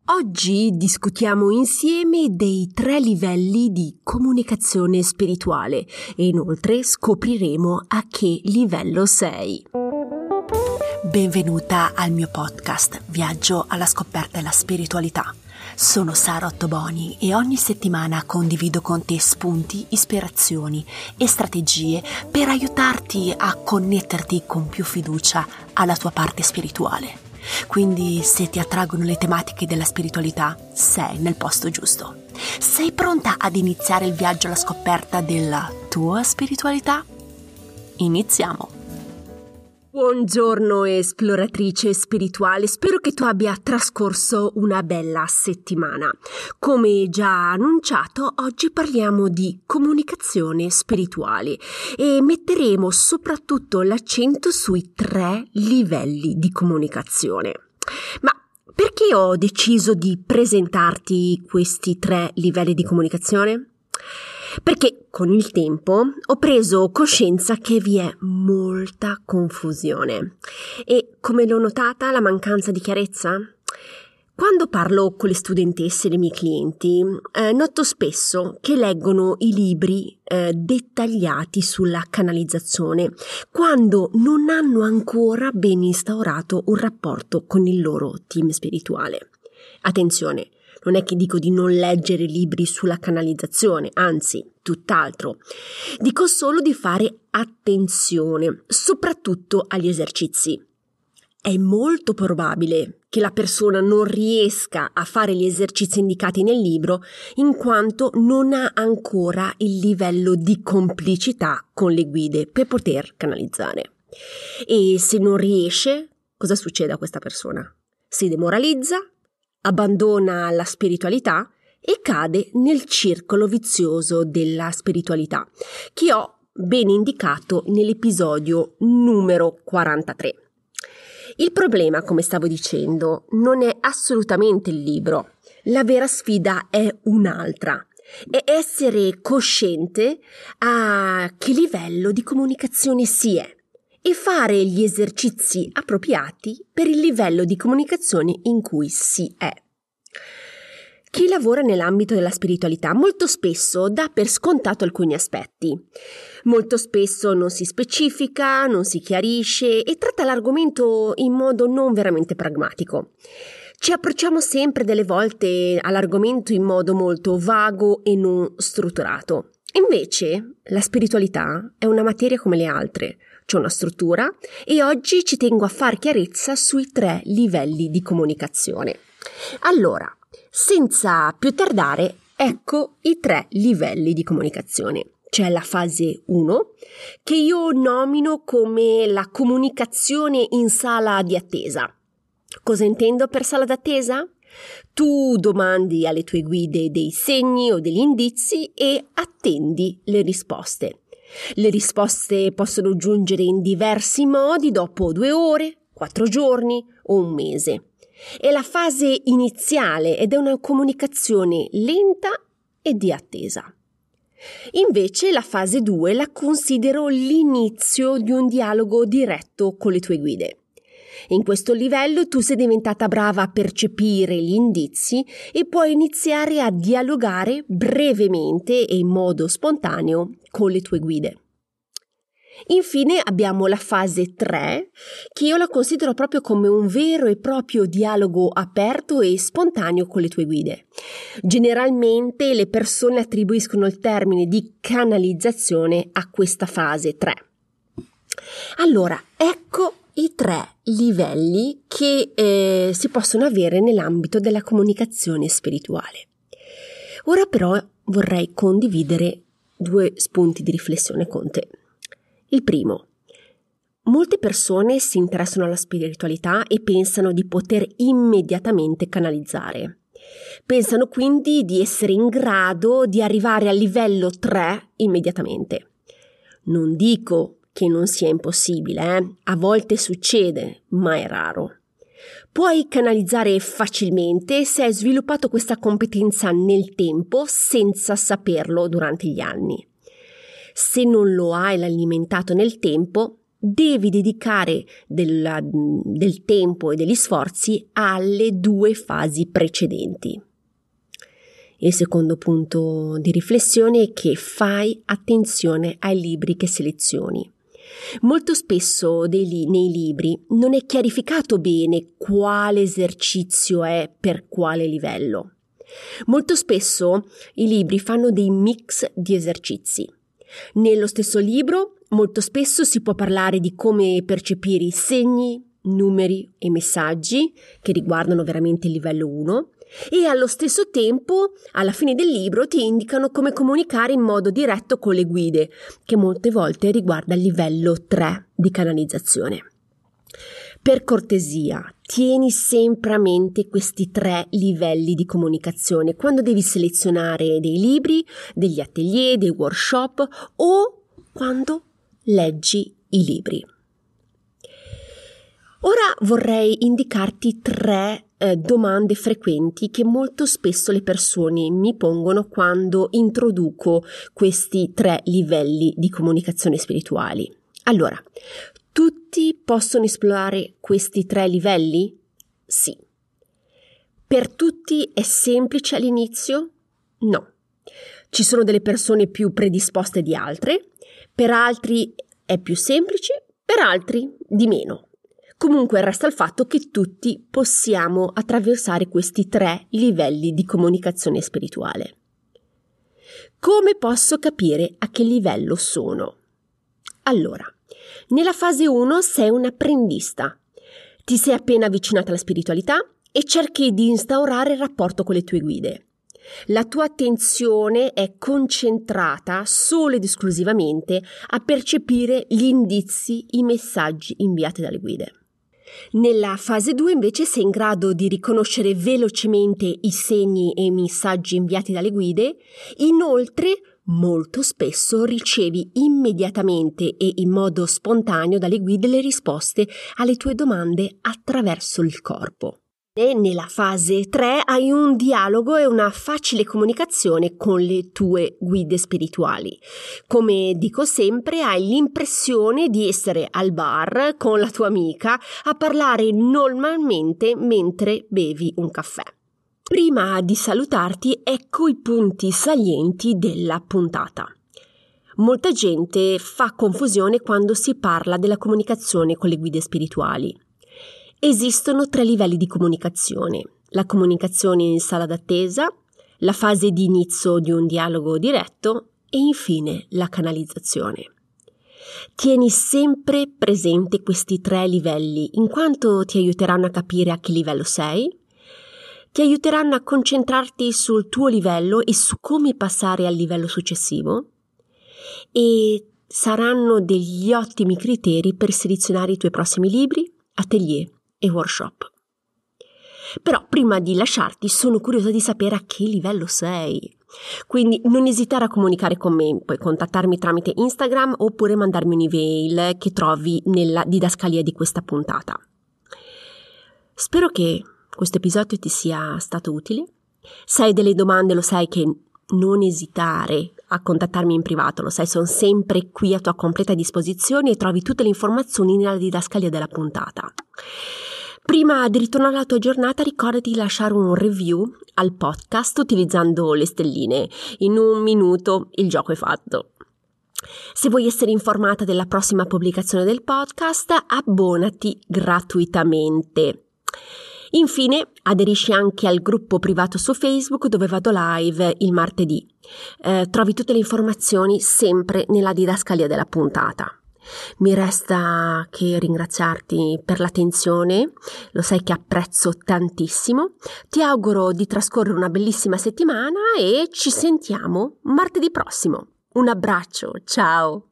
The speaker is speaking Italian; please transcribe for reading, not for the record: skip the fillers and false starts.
Oggi discutiamo insieme dei 3 livelli di comunicazione spirituale e inoltre scopriremo a che livello sei. Benvenuta al mio podcast Viaggio alla scoperta della spiritualità. Sono Sara Ottoboni e ogni settimana condivido con te spunti, ispirazioni e strategie per aiutarti a connetterti con più fiducia alla tua parte spirituale. Quindi se ti attraggono le tematiche della spiritualità, sei nel posto giusto. Sei pronta ad iniziare il viaggio alla scoperta della tua spiritualità? Iniziamo! Buongiorno esploratrice spirituale, spero che tu abbia trascorso una bella settimana. Come già annunciato, oggi parliamo di comunicazione spirituale e metteremo soprattutto l'accento sui 3 livelli di comunicazione. Ma perché ho deciso di presentarti questi 3 livelli di comunicazione? Perché con il tempo ho preso coscienza che vi è molta confusione. E come l'ho notata la mancanza di chiarezza? Quando parlo con le studentesse e le mie clienti, noto spesso che leggono i libri dettagliati sulla canalizzazione, quando non hanno ancora ben instaurato un rapporto con il loro team spirituale. Attenzione! Non è che dico di non leggere libri sulla canalizzazione, anzi, tutt'altro. Dico solo di fare attenzione, soprattutto agli esercizi. È molto probabile che la persona non riesca a fare gli esercizi indicati nel libro in quanto non ha ancora il livello di complicità con le guide per poter canalizzare. E se non riesce, cosa succede a questa persona? Si demoralizza, abbandona la spiritualità e cade nel circolo vizioso della spiritualità che ho ben indicato nell'episodio numero 43. Il problema, come stavo dicendo, non è assolutamente il libro. La vera sfida è un'altra. È essere cosciente a che livello di comunicazione si è e fare gli esercizi appropriati per il livello di comunicazione in cui si è. Chi lavora nell'ambito della spiritualità molto spesso dà per scontato alcuni aspetti. Molto spesso non si specifica, non si chiarisce e tratta l'argomento in modo non veramente pragmatico. Ci approcciamo sempre delle volte all'argomento in modo molto vago e non strutturato. Invece, la spiritualità è una materia come le altre. C'è una struttura e oggi ci tengo a far chiarezza sui 3 livelli di comunicazione. Allora, senza più tardare, ecco i 3 livelli di comunicazione. C'è la fase 1, che io nomino come la comunicazione in sala di attesa. Cosa intendo per sala d'attesa? Tu domandi alle tue guide dei segni o degli indizi e attendi le risposte. Le risposte possono giungere in diversi modi dopo 2 ore, 4 giorni o un mese. È la fase iniziale ed è una comunicazione lenta e di attesa. Invece la fase 2 la considero l'inizio di un dialogo diretto con le tue guide. In questo livello tu sei diventata brava a percepire gli indizi e puoi iniziare a dialogare brevemente e in modo spontaneo con le tue guide. Infine abbiamo la fase 3, che io la considero proprio come un vero e proprio dialogo aperto e spontaneo con le tue guide. Generalmente le persone attribuiscono il termine di canalizzazione a questa fase 3. Allora, ecco i 3 livelli che si possono avere nell'ambito della comunicazione spirituale. Ora però vorrei condividere 2 spunti di riflessione con te. Il primo: molte persone si interessano alla spiritualità e pensano di poter immediatamente canalizzare. Pensano quindi di essere in grado di arrivare al livello 3 immediatamente. Non dico che non sia impossibile, a volte succede, ma è raro. Puoi canalizzare facilmente se hai sviluppato questa competenza nel tempo senza saperlo durante gli anni. Se non lo hai alimentato nel tempo, devi dedicare del tempo e degli sforzi alle 2 fasi precedenti. Il secondo punto di riflessione è che fai attenzione ai libri che selezioni. Molto spesso nei libri non è chiarificato bene quale esercizio è per quale livello. Molto spesso i libri fanno dei mix di esercizi. Nello stesso libro molto spesso si può parlare di come percepire i segni, numeri e messaggi che riguardano veramente il livello 1 e allo stesso tempo alla fine del libro ti indicano come comunicare in modo diretto con le guide, che molte volte riguarda il livello 3 di canalizzazione. Per cortesia, tieni sempre a mente questi 3 livelli di comunicazione quando devi selezionare dei libri, degli atelier, dei workshop o quando leggi i libri. Ora vorrei indicarti 3 domande frequenti che molto spesso le persone mi pongono quando introduco questi 3 livelli di comunicazione spirituali. Allora, tutti possono esplorare questi 3 livelli? Sì. Per tutti è semplice all'inizio? No. Ci sono delle persone più predisposte di altre, per altri è più semplice, per altri di meno. Comunque resta il fatto che tutti possiamo attraversare questi 3 livelli di comunicazione spirituale. Come posso capire a che livello sono? Allora, nella fase 1 sei un apprendista, ti sei appena avvicinata alla spiritualità e cerchi di instaurare il rapporto con le tue guide. La tua attenzione è concentrata solo ed esclusivamente a percepire gli indizi, i messaggi inviati dalle guide. Nella fase 2 invece sei in grado di riconoscere velocemente i segni e i messaggi inviati dalle guide. Inoltre, molto spesso ricevi immediatamente e in modo spontaneo dalle guide le risposte alle tue domande attraverso il corpo. E nella fase 3 hai un dialogo e una facile comunicazione con le tue guide spirituali. Come dico sempre, hai l'impressione di essere al bar con la tua amica a parlare normalmente mentre bevi un caffè. Prima di salutarti, ecco i punti salienti della puntata. Molta gente fa confusione quando si parla della comunicazione con le guide spirituali. Esistono 3 livelli di comunicazione: la comunicazione in sala d'attesa, la fase di inizio di un dialogo diretto e infine la canalizzazione. Tieni sempre presente questi 3 livelli in quanto ti aiuteranno a capire a che livello sei, ti aiuteranno a concentrarti sul tuo livello e su come passare al livello successivo e saranno degli ottimi criteri per selezionare i tuoi prossimi libri, atelier e workshop. Però prima di lasciarti sono curiosa di sapere a che livello sei. Quindi non esitare a comunicare con me, puoi contattarmi tramite Instagram oppure mandarmi un'email che trovi nella didascalia di questa puntata. Spero che questo episodio ti sia stato utile. Se hai delle domande lo sai che non esitare a contattarmi in privato, lo sai, sono sempre qui a tua completa disposizione e trovi tutte le informazioni nella didascalia della puntata. Prima di ritornare alla tua giornata ricordati di lasciare un review al podcast utilizzando le stelline. In 1 minuto il gioco è fatto. Se vuoi essere informata della prossima pubblicazione del podcast, abbonati gratuitamente. Infine, aderisci anche al gruppo privato su Facebook dove vado live il martedì. Trovi tutte le informazioni sempre nella didascalia della puntata. Mi resta che ringraziarti per l'attenzione, lo sai che apprezzo tantissimo. Ti auguro di trascorrere una bellissima settimana e ci sentiamo martedì prossimo. Un abbraccio, ciao!